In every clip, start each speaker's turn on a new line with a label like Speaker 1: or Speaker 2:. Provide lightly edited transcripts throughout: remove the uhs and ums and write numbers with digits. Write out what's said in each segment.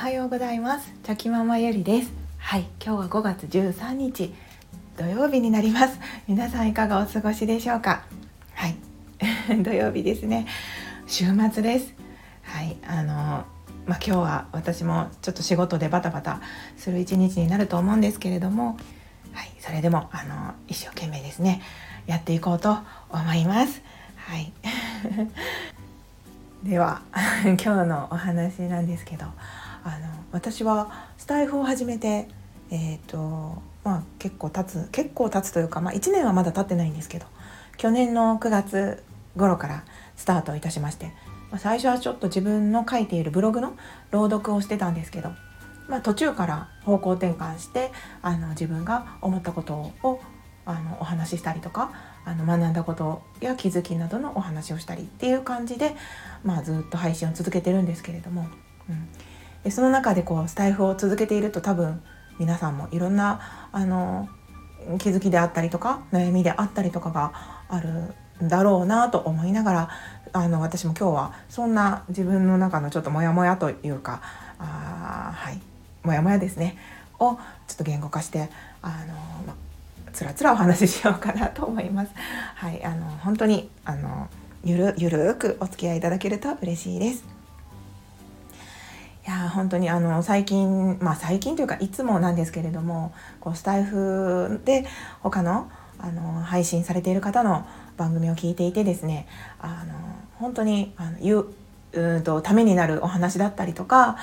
Speaker 1: はようございます。チャキママゆりです。はい、今日は5月13日土曜日になります。皆さんいかがお過ごしでしょうか。はい、土曜日ですね。週末です。はい、今日は私もちょっと仕事でバタバタする一日になると思うんですけれども、はい、それでも一生懸命ですねやっていこうと思います。はい。では今日のお話なんですけど、私はスタイフを始めて、結構経つというか、1年はまだ経ってないんですけど、去年の9月頃からスタートいたしまして、最初はちょっと自分の書いているブログの朗読をしてたんですけど、途中から方向転換して自分が思ったことをお話ししたりとか、学んだことや気づきなどのお話をしたりっていう感じで、ずっと配信を続けてるんですけれども、でその中でスタイフを続けていると、多分皆さんもいろんな気づきであったりとか悩みであったりとかがあるんだろうなと思いながら、私も今日はそんな自分の中のちょっとモヤモヤというか、モヤモヤですねをちょっと言語化してつらつらお話ししようかなと思います。はい、本当にゆるくお付き合いいただけると嬉しいです。いや本当に最近というかいつもなんですけれども、スタイフで他の配信されている方の番組を聞いていてですね、本当にためになるお話だったりとか、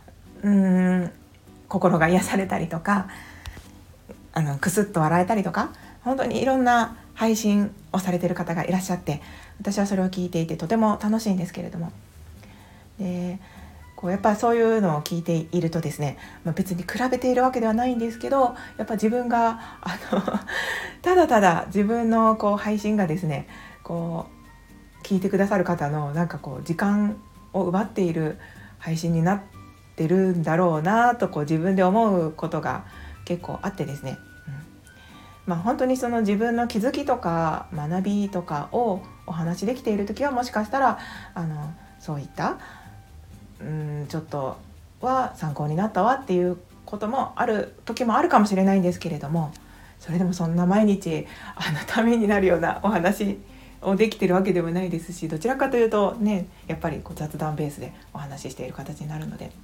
Speaker 1: 心が癒されたりとか、クスッと笑えたりとか、本当にいろんな配信をされている方がいらっしゃって、私はそれを聞いていてとても楽しいんですけれども、でやっぱりそういうのを聞いているとですね、別に比べているわけではないんですけど、やっぱ自分がただただ自分の配信がですね、聞いてくださる方の時間を奪っている配信になってるんだろうなと自分で思うことが結構あってですね、本当にその自分の気づきとか学びとかをお話しできている時は、もしかしたらそういったちょっとは参考になったわっていうこともある時もあるかもしれないんですけれども、それでもそんな毎日ためになるようなお話をできてるわけでもないですし、どちらかというとね、やっぱり雑談ベースでお話ししている形になるので、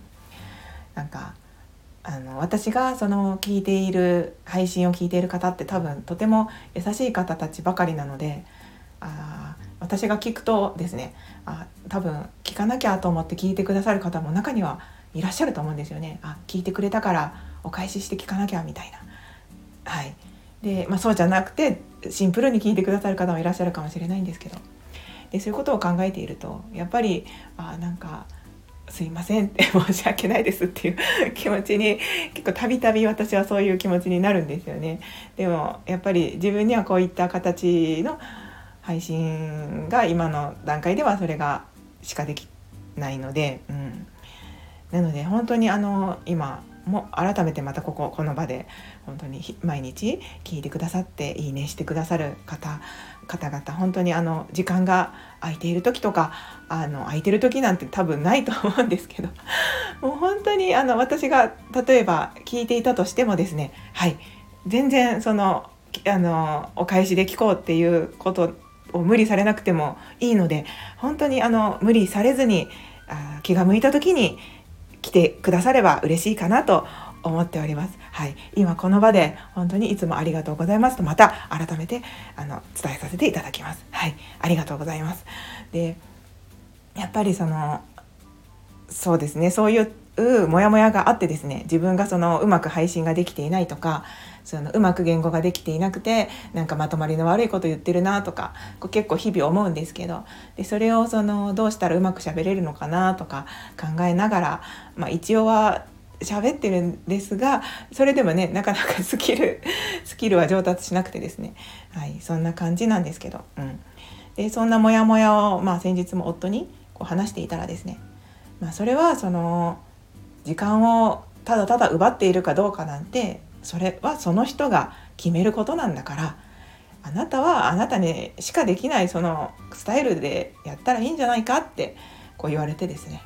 Speaker 1: 私がその聞いている配信を聞いている方って多分とても優しい方たちばかりなので、私が聞くとですね、多分聞かなきゃと思って聞いてくださる方も中にはいらっしゃると思うんですよね。聞いてくれたからお返しして聞かなきゃみたいな。はい。で、そうじゃなくてシンプルに聞いてくださる方もいらっしゃるかもしれないんですけど、でそういうことを考えていると、やっぱりすいませんって申し訳ないですっていう気持ちに結構たびたび私はそういう気持ちになるんですよね。でもやっぱり自分にはこういった形の配信が今の段階ではそれがしかできないので、なので本当に今も改めてまたこの場で本当に毎日聞いてくださっていいねしてくださる方々、本当に時間が空いている時とか空いてる時なんて多分ないと思うんですけど、もう本当に私が例えば聞いていたとしてもですね、全然お返しで聞こうっていうことを無理されなくてもいいので、本当に無理されずに気が向いた時に来てくだされば嬉しいかなと思っております。今この場で本当にいつもありがとうございますとまた改めて伝えさせていただきます。ありがとうございます。でやっぱりそうですね、そういうモヤモヤがあってですね、自分がうまく配信ができていないとか、うまく言語ができていなくてまとまりの悪いこと言ってるなとか結構日々思うんですけど、でそれをどうしたらうまく喋れるのかなとか考えながら、一応は喋ってるんですが、それでもねなかなかスキルは上達しなくてですね、そんな感じなんですけど、でそんなモヤモヤを、先日も夫に話していたらですね、それは時間をただただ奪っているかどうかなんて、それはその人が決めることなんだから、あなたはあなたにしかできないそのスタイルでやったらいいんじゃないかって言われてですね、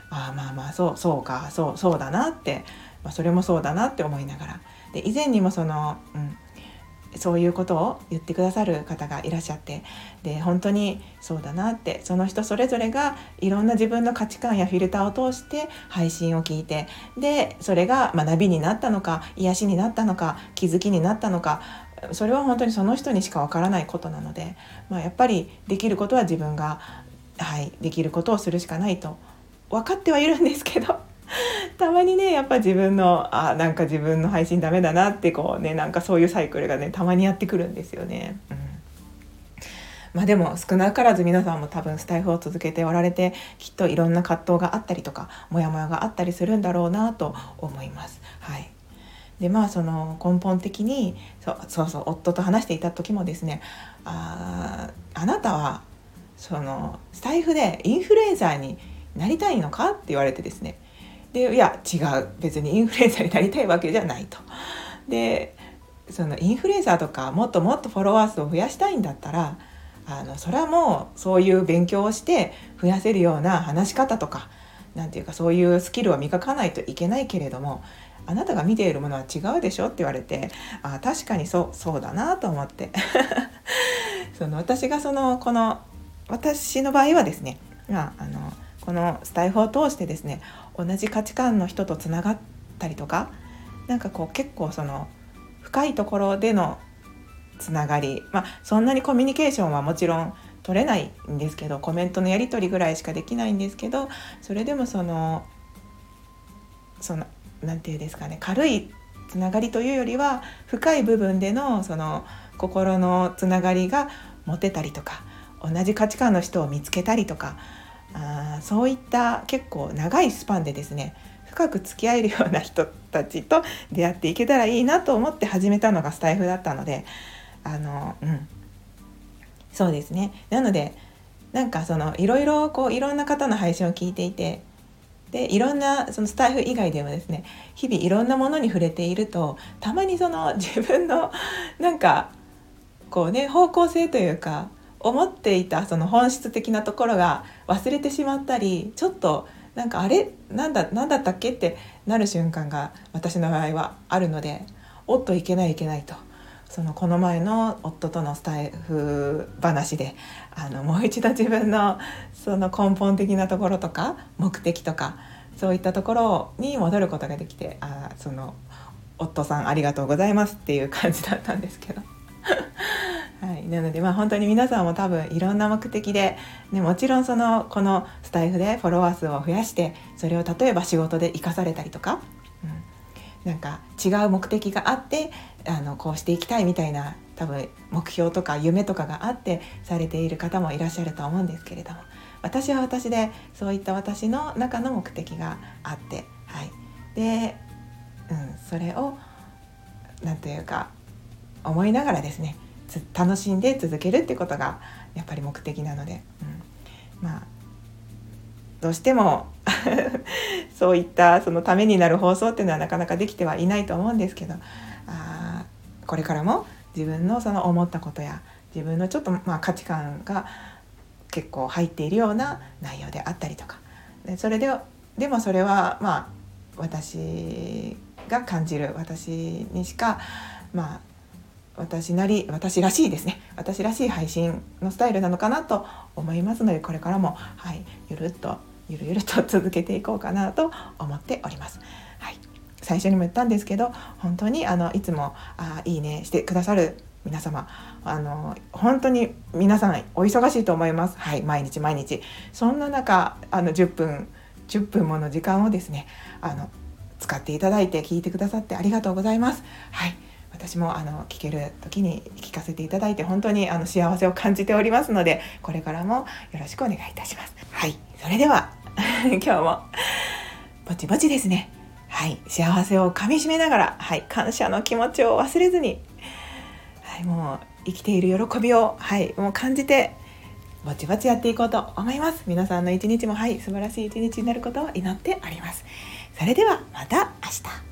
Speaker 1: まあまあそうかそうだなって、それもそうだなって思いながら、で以前にもそういうことを言ってくださる方がいらっしゃって、で本当にそうだなって、その人それぞれがいろんな自分の価値観やフィルターを通して配信を聞いて、でそれが学びになったのか癒しになったのか気づきになったのか、それは本当にその人にしかわからないことなので、やっぱりできることは自分が、できることをするしかないと分かってはいるんですけどたまにねやっぱ自分のなんか自分の配信ダメだなってなんかそういうサイクルがねたまにやってくるんですよね。でも少なからず皆さんも多分スタイフを続けておられて、きっといろんな葛藤があったりとかモヤモヤがあったりするんだろうなと思います。でその根本的にそう夫と話していた時もですね、あなたはそのスタイフでインフルエンサーになりたいのかって言われてですね、でいや違う、別にインフルエンサーになりたいわけじゃないと。でそのインフルエンサーとかもっともっとフォロワー数を増やしたいんだったら、それはもうそういう勉強をして増やせるような話し方とかなんていうかそういうスキルを磨かないといけないけれども、あなたが見ているものは違うでしょって言われて、確かにそうだなと思って私の場合はですね、このスタイフを通してですね、同じ価値観の人とつながったりとか、結構その深いところでのつながり、そんなにコミュニケーションはもちろん取れないんですけど、コメントのやり取りぐらいしかできないんですけど、それでもなんていうんですかね、軽いつながりというよりは深い部分でのその心のつながりが持てたりとか、同じ価値観の人を見つけたりとか、そういった結構長いスパンでですね、深く付き合えるような人たちと出会っていけたらいいなと思って始めたのがスタイフだったので、そうですね。なのでいろいろいろんな方の配信を聞いていて、でいろんなそのスタイフ以外でもですね、日々いろんなものに触れていると、たまに自分の方向性というか思っていたその本質的なところが忘れてしまったり、ちょっとあれなんだったっけってなる瞬間が私の場合はあるので、いけないと、この前の夫とのスタイフ話でもう一度自分のその根本的なところとか目的とかそういったところに戻ることができて、夫さんありがとうございますっていう感じだったんですけどなので本当に皆さんも多分いろんな目的で、もちろんこのスタイフでフォロワー数を増やして、それを例えば仕事で生かされたりとか、違う目的があってこうしていきたいみたいな多分目標とか夢とかがあってされている方もいらっしゃると思うんですけれども、私は私でそういった私の中の目的があって、で、それをなんというか思いながらですね、楽しんで続けるってことがやっぱり目的なので、どうしてもそういったそのためになる放送っていうのはなかなかできてはいないと思うんですけど、これからも自分のその思ったことや自分のちょっと価値観が結構入っているような内容であったりとか、でもそれは私が感じる、私にしか私らしいですね、私らしい配信のスタイルなのかなと思いますので、これからもゆるゆると続けていこうかなと思っております。最初にも言ったんですけど、本当にいつもいいねしてくださる皆様、本当に皆さんお忙しいと思います。毎日そんな中10分もの時間をですね使っていただいて聞いてくださってありがとうございます。私も聞ける時に聞かせていただいて本当に幸せを感じておりますので、これからもよろしくお願いいたします。それでは今日もぼちぼちですね、幸せをかみしめながら、感謝の気持ちを忘れずに、もう生きている喜びを、もう感じてぼちぼちやっていこうと思います。皆さんの一日も素晴らしい一日になることを祈っております。それではまた明日。